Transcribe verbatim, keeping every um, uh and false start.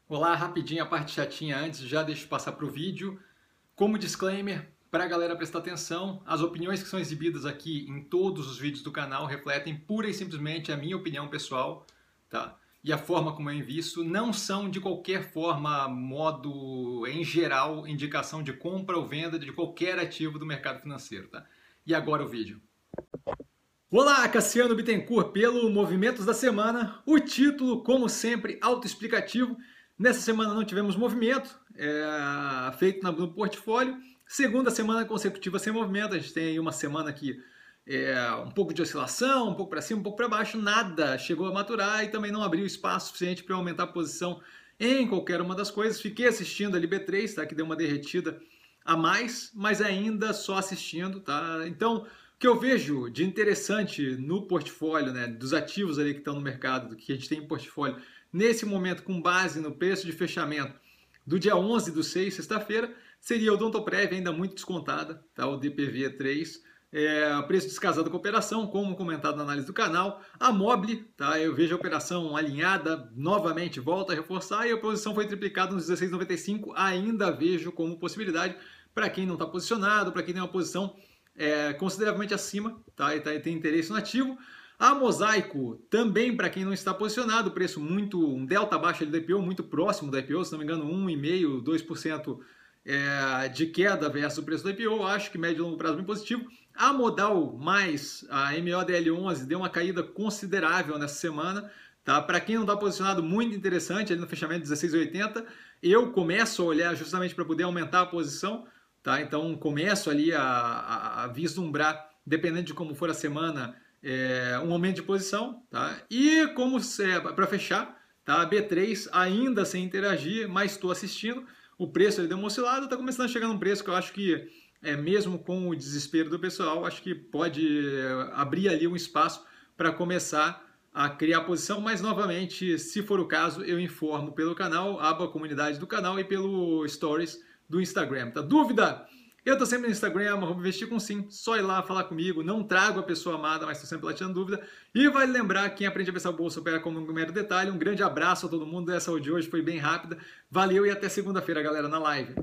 Olá, rapidinho a parte chatinha antes, já deixo passar para o vídeo. Como disclaimer, para a galera prestar atenção, as opiniões que são exibidas aqui em todos os vídeos do canal refletem pura e simplesmente a minha opinião pessoal, tá? E a forma como eu invisto não são de qualquer forma, modo, em geral, indicação de compra ou venda de qualquer ativo do mercado financeiro, tá? E agora o vídeo. Olá, Cassiano Bittencourt, pelo Movimentos da Semana. O título, como sempre, autoexplicativo. Nessa semana não tivemos movimento é, feito no portfólio. Segunda semana consecutiva sem movimento. A gente tem aí uma semana aqui é, um pouco de oscilação, um pouco para cima, um pouco para baixo. Nada chegou a maturar e também não abriu espaço suficiente para aumentar a posição em qualquer uma das coisas. Fiquei assistindo ali B três, tá, que deu uma derretida a mais, mas ainda só assistindo, tá? Então, o que eu vejo de interessante no portfólio, né, dos ativos ali que estão no mercado, do que a gente tem em portfólio, nesse momento, com base no preço de fechamento do dia onze do seis, sexta-feira, seria o Odontoprev ainda muito descontada, tá? O D P V três, é, preço descasado com a operação, como comentado na análise do canal. A Mobile, tá? Eu vejo a operação alinhada, novamente volta a reforçar e a posição foi triplicada nos dezesseis vírgula noventa e cinco, ainda vejo como possibilidade para quem não está posicionado, para quem tem uma posição é, consideravelmente acima, tá? E, tá, e tem interesse no ativo. A Mosaico, também para quem não está posicionado, preço muito, um delta abaixo do I P O, muito próximo do I P O, se não me engano, um vírgula cinco por cento, dois por cento é, de queda versus o preço do I P O, acho que médio e longo prazo bem positivo. A Modal mais a M O D L onze deu uma caída considerável nessa semana, tá? Para quem não está posicionado, muito interessante, ali no fechamento dezesseis vírgula oitenta, eu começo a olhar justamente para poder aumentar a posição, tá? Então começo ali a, a, a vislumbrar, dependendo de como for a semana, É, um aumento de posição, tá? E como é, para fechar, tá? B três ainda sem interagir, mas estou assistindo. O preço ele deu uma oscilada, está começando a chegar num preço que eu acho que, é, mesmo com o desespero do pessoal, acho que pode é, abrir ali um espaço para começar a criar posição, mas novamente, se for o caso, eu informo pelo canal, aba comunidade do canal e pelo stories do Instagram, tá? Dúvida? Eu tô sempre no Instagram, arroba investir com sim, só ir lá falar comigo, não trago a pessoa amada, mas tô sempre lá tirando dúvida. E vale lembrar, quem aprende a pensar o bolso opera como um mero detalhe. Um grande abraço a todo mundo, essa aula de hoje foi bem rápida. Valeu e até segunda-feira, galera, na live.